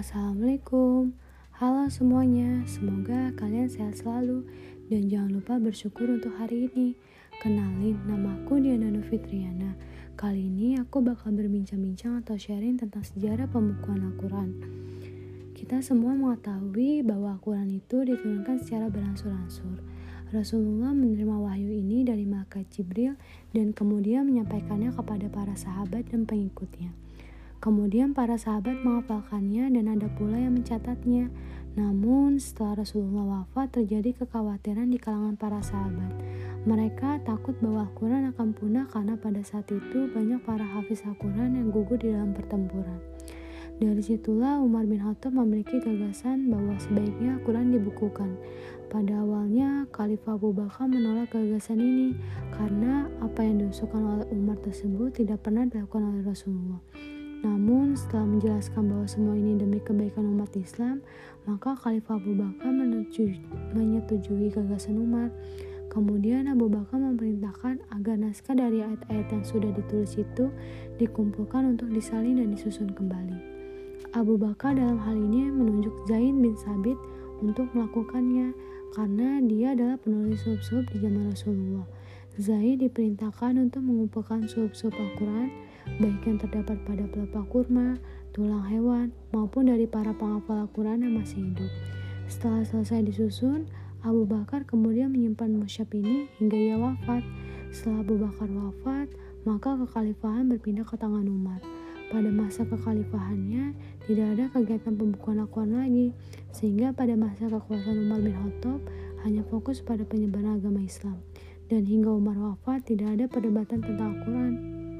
Assalamualaikum. Halo semuanya, semoga kalian sehat selalu dan jangan lupa bersyukur untuk hari ini. Kenalin, namaku Diana Fitriana. Kali ini aku bakal berbincang-bincang atau sharing tentang sejarah pembukuan Al-Quran. Kita semua mengetahui bahwa Al-Quran itu diturunkan secara berangsur-angsur. Rasulullah menerima wahyu ini dari malaikat Jibril dan kemudian menyampaikannya kepada para sahabat dan pengikutnya. Kemudian para sahabat menghafalkannya dan ada pula yang mencatatnya. Namun setelah Rasulullah wafat terjadi kekhawatiran di kalangan para sahabat. Mereka takut bahwa Al-Quran akan punah karena pada saat itu banyak para hafiz Al-Quran yang gugur di dalam pertempuran. Dari situlah Umar bin Khattab memiliki gagasan bahwa sebaiknya Al-Quran dibukukan. Pada awalnya Khalifah Abu Bakar menolak gagasan ini karena apa yang diusulkan oleh Umar tersebut tidak pernah dilakukan oleh Rasulullah. Namun setelah menjelaskan bahwa semua ini demi kebaikan umat Islam, maka Khalifah Abu Bakar menyetujui gagasan Umar. Kemudian Abu Bakar memerintahkan agar naskah dari ayat-ayat yang sudah ditulis itu dikumpulkan untuk disalin dan disusun kembali. Abu Bakar dalam hal ini menunjuk Zaid bin Sabit untuk melakukannya karena dia adalah penulis suhuf-suhuf di zaman Rasulullah. Zaid diperintahkan untuk mengumpulkan suhuf-suhuf Al-Quran, baik yang terdapat pada pelepah kurma, tulang hewan, maupun dari para penghafal Al-Quran yang masih hidup. Setelah selesai disusun, Abu Bakar kemudian menyimpan mushaf ini hingga ia wafat. Setelah Abu Bakar wafat, maka kekhalifahan berpindah ke tangan Umar. Pada masa kekhalifahannya, tidak ada kegiatan pembukuan Al-Quran lagi, sehingga pada masa kekuasaan Umar bin Khattab hanya fokus pada penyebaran agama Islam. Dan hingga Umar wafat, tidak ada perdebatan tentang Al-Quran.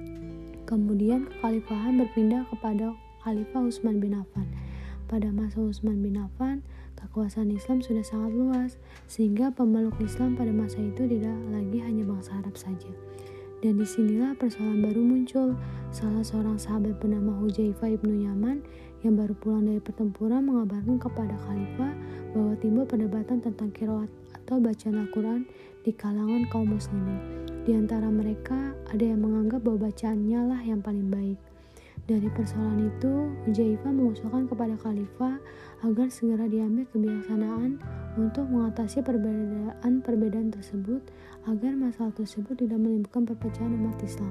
Kemudian kekhalifahan berpindah kepada Khalifah Utsman bin Affan. Pada masa Utsman bin Affan, kekuasaan Islam sudah sangat luas, sehingga pemeluk Islam pada masa itu tidak lagi hanya bangsa Arab saja. Dan disinilah persoalan baru muncul. Salah seorang sahabat bernama Hudzaifah ibnu Yaman yang baru pulang dari pertempuran mengabarkan kepada Khalifah bahwa timbul perdebatan tentang qiraat atau bacaan Al-Quran di kalangan kaum muslimin. Di antara mereka ada yang menganggap bahwa bacaannya lah yang paling baik. Dari persoalan itu, Hudzaifah mengusulkan kepada Khalifah agar segera diambil kebijaksanaan untuk mengatasi perbedaan tersebut agar masalah tersebut tidak menimbulkan perpecahan umat Islam.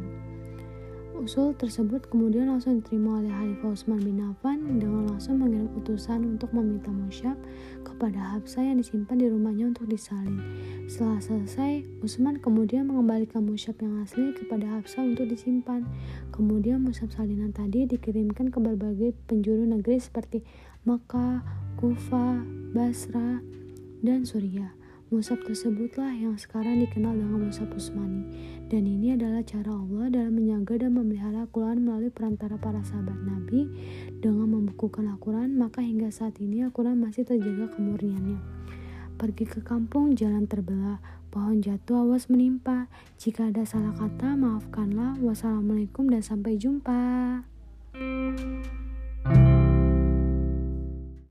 Usul tersebut kemudian langsung diterima oleh Khalifah Utsman bin Affan dengan langsung mengirim utusan untuk meminta mushaf kepada Hafsah yang disimpan di rumahnya untuk disalin. Setelah selesai, Utsman kemudian mengembalikan mushaf yang asli kepada Hafsah untuk disimpan. Kemudian mushaf salinan tadi dikirimkan ke berbagai penjuru negeri seperti Makkah, Kufah, Basra, dan Suriah. Mushaf tersebutlah yang sekarang dikenal dengan mushaf Utsmani. Dan ini adalah cara Allah dalam menjaga dan memelihara Al-Quran melalui perantara para sahabat Nabi. Dengan membukukan Al-Quran, maka hingga saat ini Al-Quran masih terjaga kemurniannya. Pergi ke kampung, jalan terbelah, pohon jatuh, awas menimpa. Jika ada salah kata, maafkanlah. Wassalamualaikum dan sampai jumpa.